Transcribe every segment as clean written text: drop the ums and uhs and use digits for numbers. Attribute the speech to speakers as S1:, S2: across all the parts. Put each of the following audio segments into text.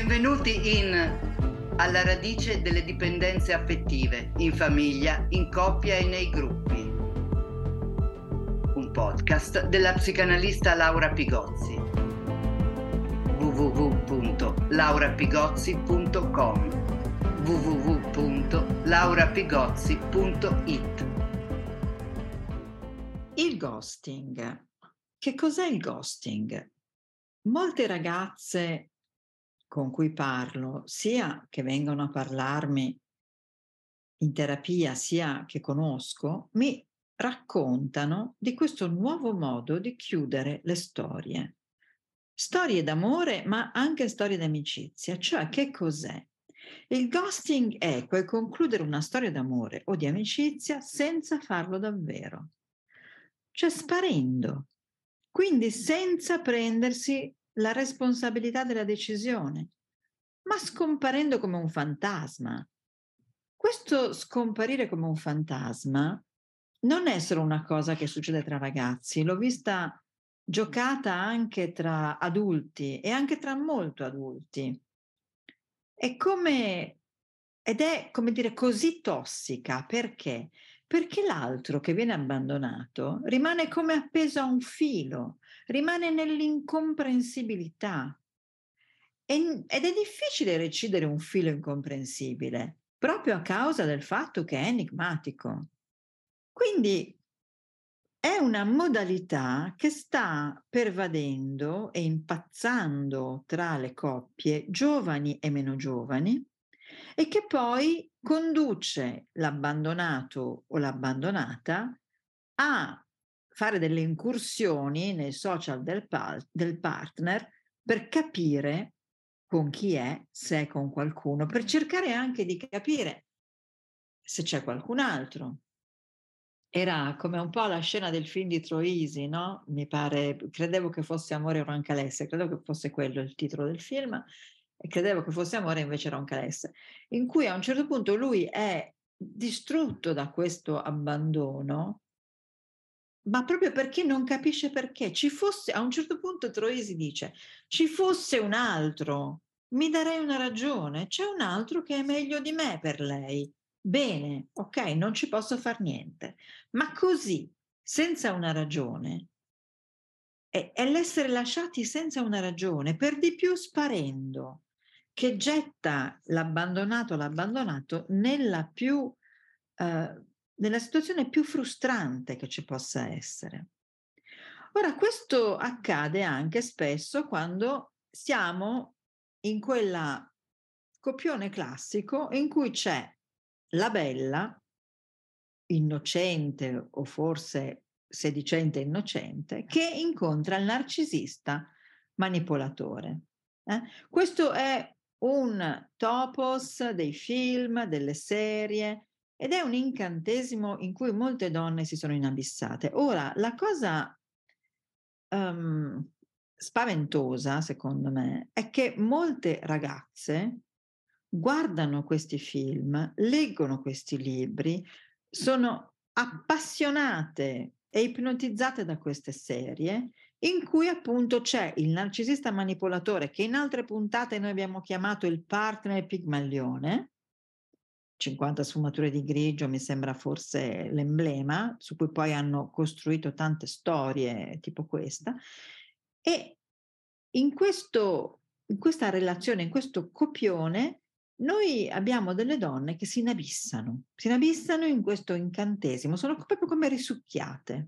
S1: Benvenuti in Alla radice delle dipendenze affettive, in famiglia, in coppia e nei gruppi. Un podcast della psicanalista Laura Pigozzi. www.laurapigozzi.com www.laurapigozzi.it.
S2: Il ghosting. Che cos'è il ghosting? Molte ragazze con cui parlo, sia che vengono a parlarmi in terapia, sia che conosco, mi raccontano di questo nuovo modo di chiudere le storie. Storie d'amore, ma anche storie d'amicizia. Cioè, che cos'è? Il ghosting è quel concludere una storia d'amore o di amicizia senza farlo davvero. Cioè sparendo. Quindi senza prendersi la responsabilità della decisione, ma scomparendo come un fantasma. Questo scomparire come un fantasma non è solo una cosa che succede tra ragazzi, l'ho vista giocata anche tra adulti e anche tra molto adulti. Ed è, come dire, così tossica. Perché? Perché l'altro che viene abbandonato rimane come appeso a un filo, rimane nell'incomprensibilità. Ed è difficile recidere un filo incomprensibile, proprio a causa del fatto che è enigmatico. Quindi è una modalità che sta pervadendo e impazzando tra le coppie giovani e meno giovani e che poi conduce l'abbandonato o l'abbandonata a fare delle incursioni nei social del partner per capire con chi è, se è con qualcuno, per cercare anche di capire se c'è qualcun altro. Era come un po' la scena del film di Troisi, no? Mi pare, credevo che fosse Amore Roncalesse, credevo che fosse quello il titolo del film, e credevo che fosse Amore, invece Roncalesse, in cui a un certo punto lui è distrutto da questo abbandono, ma proprio perché non capisce perché. A un certo punto Troisi dice, ci fosse un altro, mi darei una ragione, c'è un altro che è meglio di me per lei. Bene, ok, non ci posso far niente. Ma così, senza una ragione, è l'essere lasciati senza una ragione, per di più sparendo, che getta l'abbandonato nella situazione più frustrante che ci possa essere. Ora, questo accade anche spesso quando siamo in quella copione classico in cui c'è la bella, innocente o forse sedicente innocente, che incontra il narcisista manipolatore. Questo è un topos dei film, delle serie, ed è un incantesimo in cui molte donne si sono inabissate. Ora, la cosa spaventosa, secondo me, è che molte ragazze guardano questi film, leggono questi libri, sono appassionate e ipnotizzate da queste serie in cui appunto c'è il narcisista manipolatore che in altre puntate noi abbiamo chiamato il partner pigmalione, 50 sfumature di grigio mi sembra forse l'emblema, su cui poi hanno costruito tante storie tipo questa, e in questa relazione, in questo copione, noi abbiamo delle donne che si inabissano in questo incantesimo, sono proprio come risucchiate.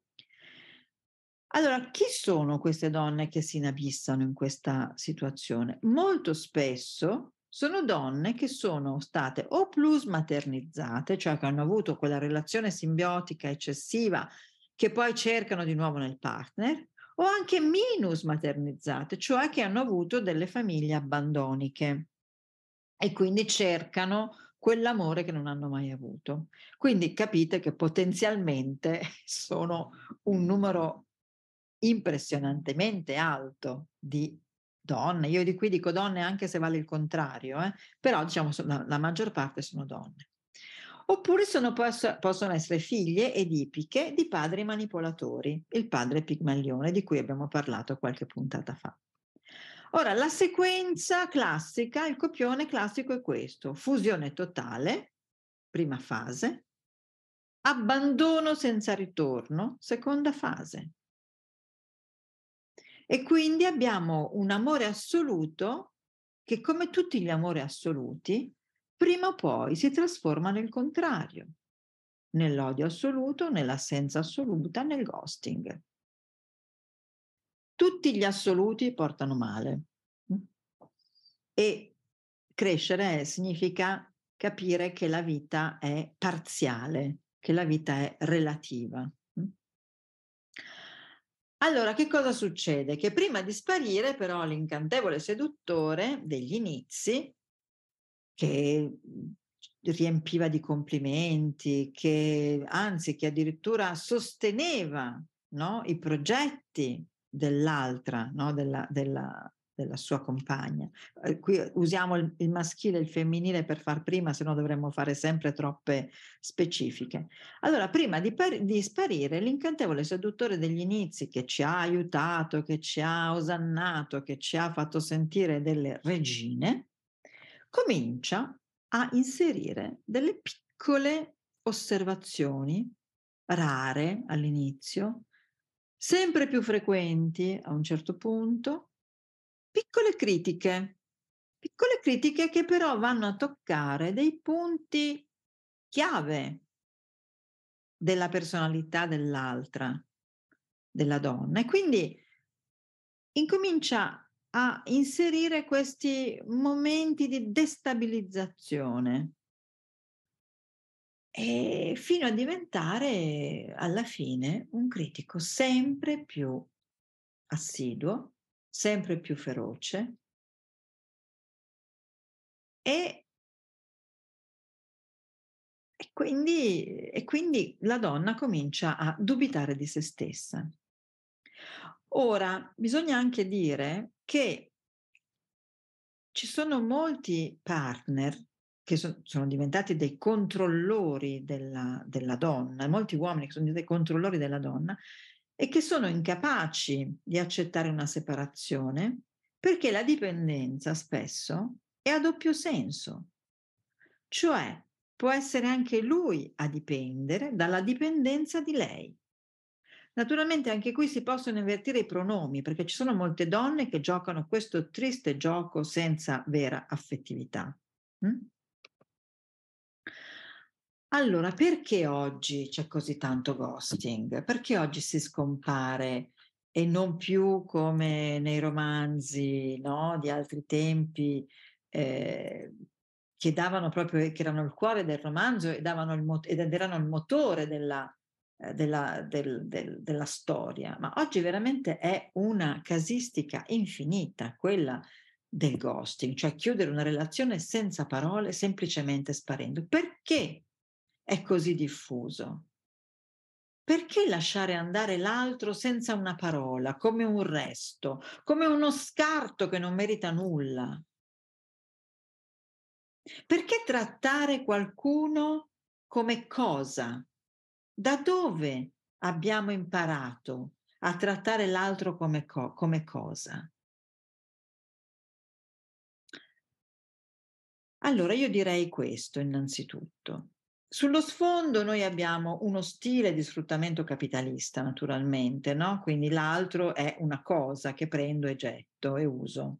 S2: Allora, chi sono queste donne che si inabissano in questa situazione? Molto spesso sono donne che sono state o plus maternizzate, cioè che hanno avuto quella relazione simbiotica eccessiva che poi cercano di nuovo nel partner, o anche minus maternizzate, cioè che hanno avuto delle famiglie abbandoniche e quindi cercano quell'amore che non hanno mai avuto. Quindi capite che potenzialmente sono un numero impressionantemente alto di donne. Io di qui dico donne anche se vale il contrario, però diciamo la maggior parte sono donne. Oppure possono essere figlie edipiche di padri manipolatori, il padre Pigmalione di cui abbiamo parlato qualche puntata fa. Ora, la sequenza classica, il copione classico è questo: fusione totale, prima fase, abbandono senza ritorno, seconda fase. E quindi abbiamo un amore assoluto che, come tutti gli amori assoluti, prima o poi si trasforma nel contrario, nell'odio assoluto, nell'assenza assoluta, nel ghosting. Tutti gli assoluti portano male. E crescere significa capire che la vita è parziale, che la vita è relativa. Allora, che cosa succede? Che prima di sparire però l'incantevole seduttore degli inizi, che riempiva di complimenti, che anzi che addirittura sosteneva, no, i progetti dell'altra, no, della sua compagna. Qui usiamo il maschile e il femminile per far prima, se no dovremmo fare sempre troppe specifiche. Allora, prima di sparire, l'incantevole seduttore degli inizi, che ci ha aiutato, che ci ha osannato, che ci ha fatto sentire delle regine, comincia a inserire delle piccole osservazioni, rare all'inizio, sempre più frequenti a un certo punto, piccole critiche che però vanno a toccare dei punti chiave della personalità dell'altra, della donna, e quindi incomincia a inserire questi momenti di destabilizzazione, fino a diventare alla fine un critico sempre più assiduo, sempre più feroce e quindi la donna comincia a dubitare di se stessa. Ora, bisogna anche dire che ci sono molti partner che sono diventati dei controllori della donna, molti uomini che sono diventati controllori della donna e che sono incapaci di accettare una separazione, perché la dipendenza spesso è a doppio senso. Cioè, può essere anche lui a dipendere dalla dipendenza di lei. Naturalmente anche qui si possono invertire i pronomi, perché ci sono molte donne che giocano questo triste gioco senza vera affettività. Mh? Allora, perché oggi c'è così tanto ghosting? Perché oggi si scompare e non più come nei romanzi, no, di altri tempi, ehm, che davano proprio che erano il cuore del romanzo e davano ed erano il motore della storia. Ma oggi veramente è una casistica infinita quella del ghosting, cioè chiudere una relazione senza parole, semplicemente sparendo. Perché è così diffuso? Perché lasciare andare l'altro senza una parola, come un resto, come uno scarto che non merita nulla? Perché trattare qualcuno come cosa? Da dove abbiamo imparato a trattare l'altro come cosa? Allora io direi questo innanzitutto. Sullo sfondo noi abbiamo uno stile di sfruttamento capitalista naturalmente, no, quindi l'altro è una cosa che prendo e getto e uso,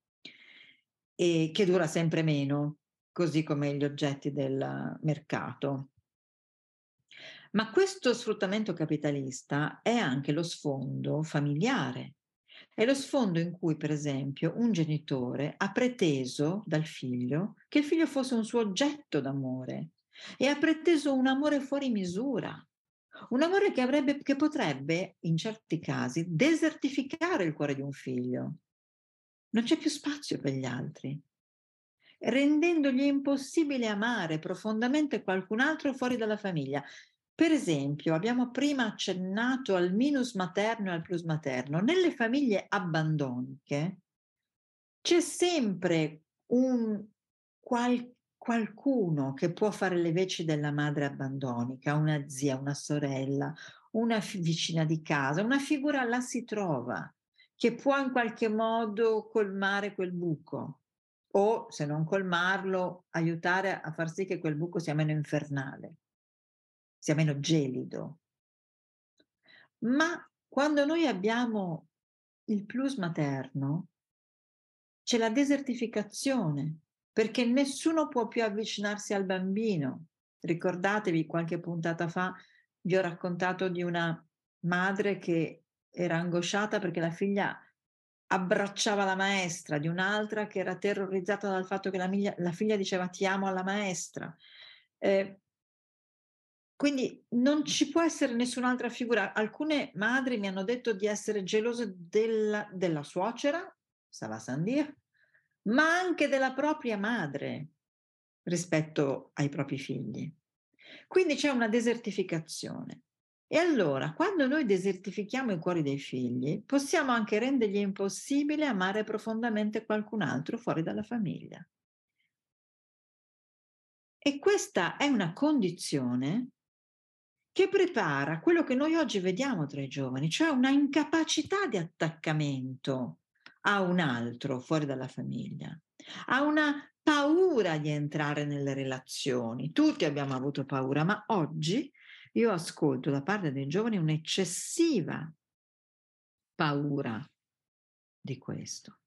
S2: e che dura sempre meno, così come gli oggetti del mercato. Ma questo sfruttamento capitalista è anche lo sfondo familiare. È lo sfondo in cui, per esempio, un genitore ha preteso dal figlio che il figlio fosse un suo oggetto d'amore e ha preteso un amore fuori misura, un amore che potrebbe, in certi casi, desertificare il cuore di un figlio. Non c'è più spazio per gli altri, rendendogli impossibile amare profondamente qualcun altro fuori dalla famiglia. Per esempio, abbiamo prima accennato al minus materno e al plus materno. Nelle famiglie abbandoniche c'è sempre un qualcuno che può fare le veci della madre abbandonica, una zia, una sorella, una vicina di casa, una figura la si trova, che può in qualche modo colmare quel buco, o se non colmarlo, aiutare a far sì che quel buco sia meno infernale, sia meno gelido. Ma quando noi abbiamo il plus materno, c'è la desertificazione, perché nessuno può più avvicinarsi al bambino. Ricordatevi, qualche puntata fa vi ho raccontato di una madre che era angosciata perché la figlia abbracciava la maestra, di un'altra che era terrorizzata dal fatto che la figlia diceva ti amo alla maestra. Quindi non ci può essere nessun'altra figura. Alcune madri mi hanno detto di essere gelose della suocera, ça va sans dire, ma anche della propria madre rispetto ai propri figli. Quindi c'è una desertificazione. E allora, quando noi desertifichiamo i cuori dei figli, possiamo anche rendergli impossibile amare profondamente qualcun altro fuori dalla famiglia. E questa è una condizione che prepara quello che noi oggi vediamo tra i giovani, cioè una incapacità di attaccamento a un altro fuori dalla famiglia, a una paura di entrare nelle relazioni. Tutti abbiamo avuto paura, ma oggi io ascolto da parte dei giovani un'eccessiva paura di questo,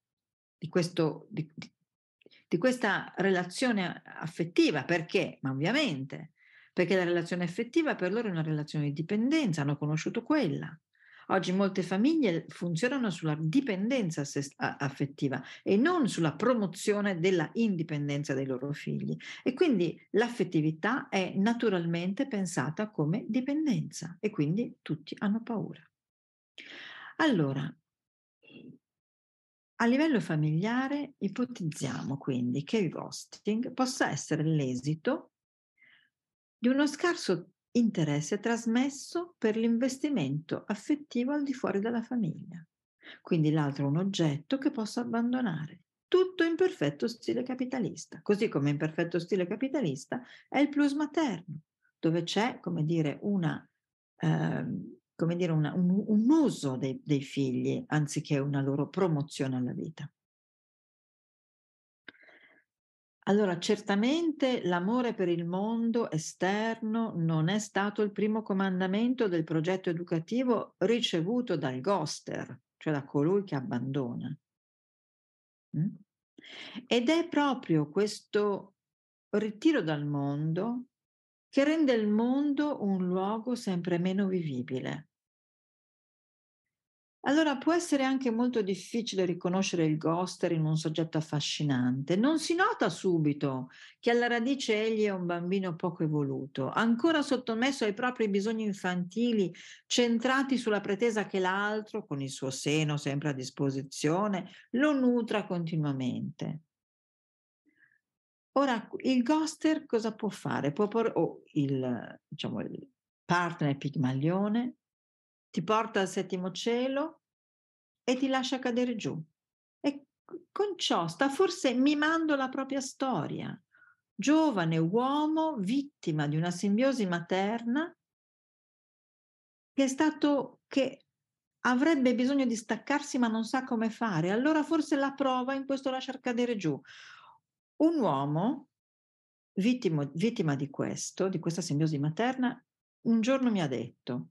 S2: di questa relazione affettiva. Perché? Ma ovviamente, perché la relazione affettiva per loro è una relazione di dipendenza, hanno conosciuto quella. Oggi molte famiglie funzionano sulla dipendenza affettiva e non sulla promozione della indipendenza dei loro figli. E quindi l'affettività è naturalmente pensata come dipendenza e quindi tutti hanno paura. Allora, a livello familiare ipotizziamo quindi che il ghosting possa essere l'esito di uno scarso interesse trasmesso per l'investimento affettivo al di fuori della famiglia. Quindi l'altro è un oggetto che posso abbandonare. Tutto in perfetto stile capitalista, così come in perfetto stile capitalista è il plus materno, dove c'è, come dire, un uso dei figli anziché una loro promozione alla vita. Allora, certamente l'amore per il mondo esterno non è stato il primo comandamento del progetto educativo ricevuto dal ghoster, cioè da colui che abbandona. Ed è proprio questo ritiro dal mondo che rende il mondo un luogo sempre meno vivibile. Allora può essere anche molto difficile riconoscere il ghoster in un soggetto affascinante. Non si nota subito che alla radice egli è un bambino poco evoluto, ancora sottomesso ai propri bisogni infantili, centrati sulla pretesa che l'altro, con il suo seno sempre a disposizione, lo nutra continuamente. Ora, il ghoster cosa può fare? Il partner pigmalione ti porta al settimo cielo e ti lascia cadere giù. E con ciò sta forse mimando la propria storia. Giovane uomo, vittima di una simbiosi materna, che avrebbe bisogno di staccarsi ma non sa come fare. Allora forse la prova in questo lasciar cadere giù. Un uomo vittima di questa simbiosi materna, un giorno mi ha detto: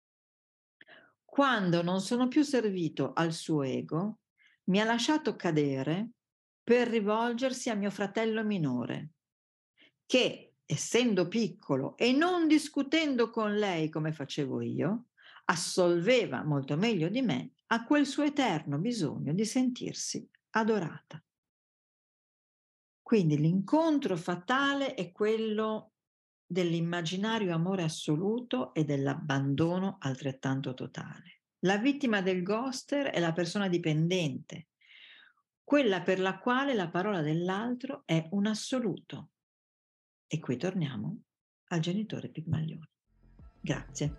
S2: quando non sono più servito al suo ego, mi ha lasciato cadere per rivolgersi a mio fratello minore, che, essendo piccolo e non discutendo con lei come facevo io, assolveva molto meglio di me a quel suo eterno bisogno di sentirsi adorata. Quindi l'incontro fatale è quello dell'immaginario amore assoluto e dell'abbandono altrettanto totale. La vittima del ghoster è la persona dipendente, quella per la quale la parola dell'altro è un assoluto. E qui torniamo al genitore pigmalione. Grazie.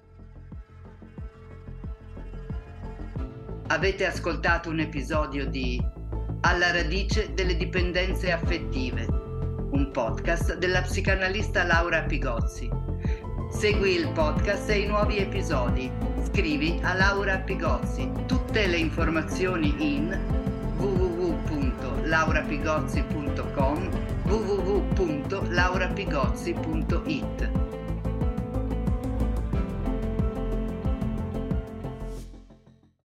S1: Avete ascoltato un episodio di Alla radice delle dipendenze affettive, un podcast della psicanalista Laura Pigozzi. Segui il podcast e i nuovi episodi Scrivi a Laura Pigozzi. Tutte le informazioni in www.laurapigozzi.com, www.laurapigozzi.it.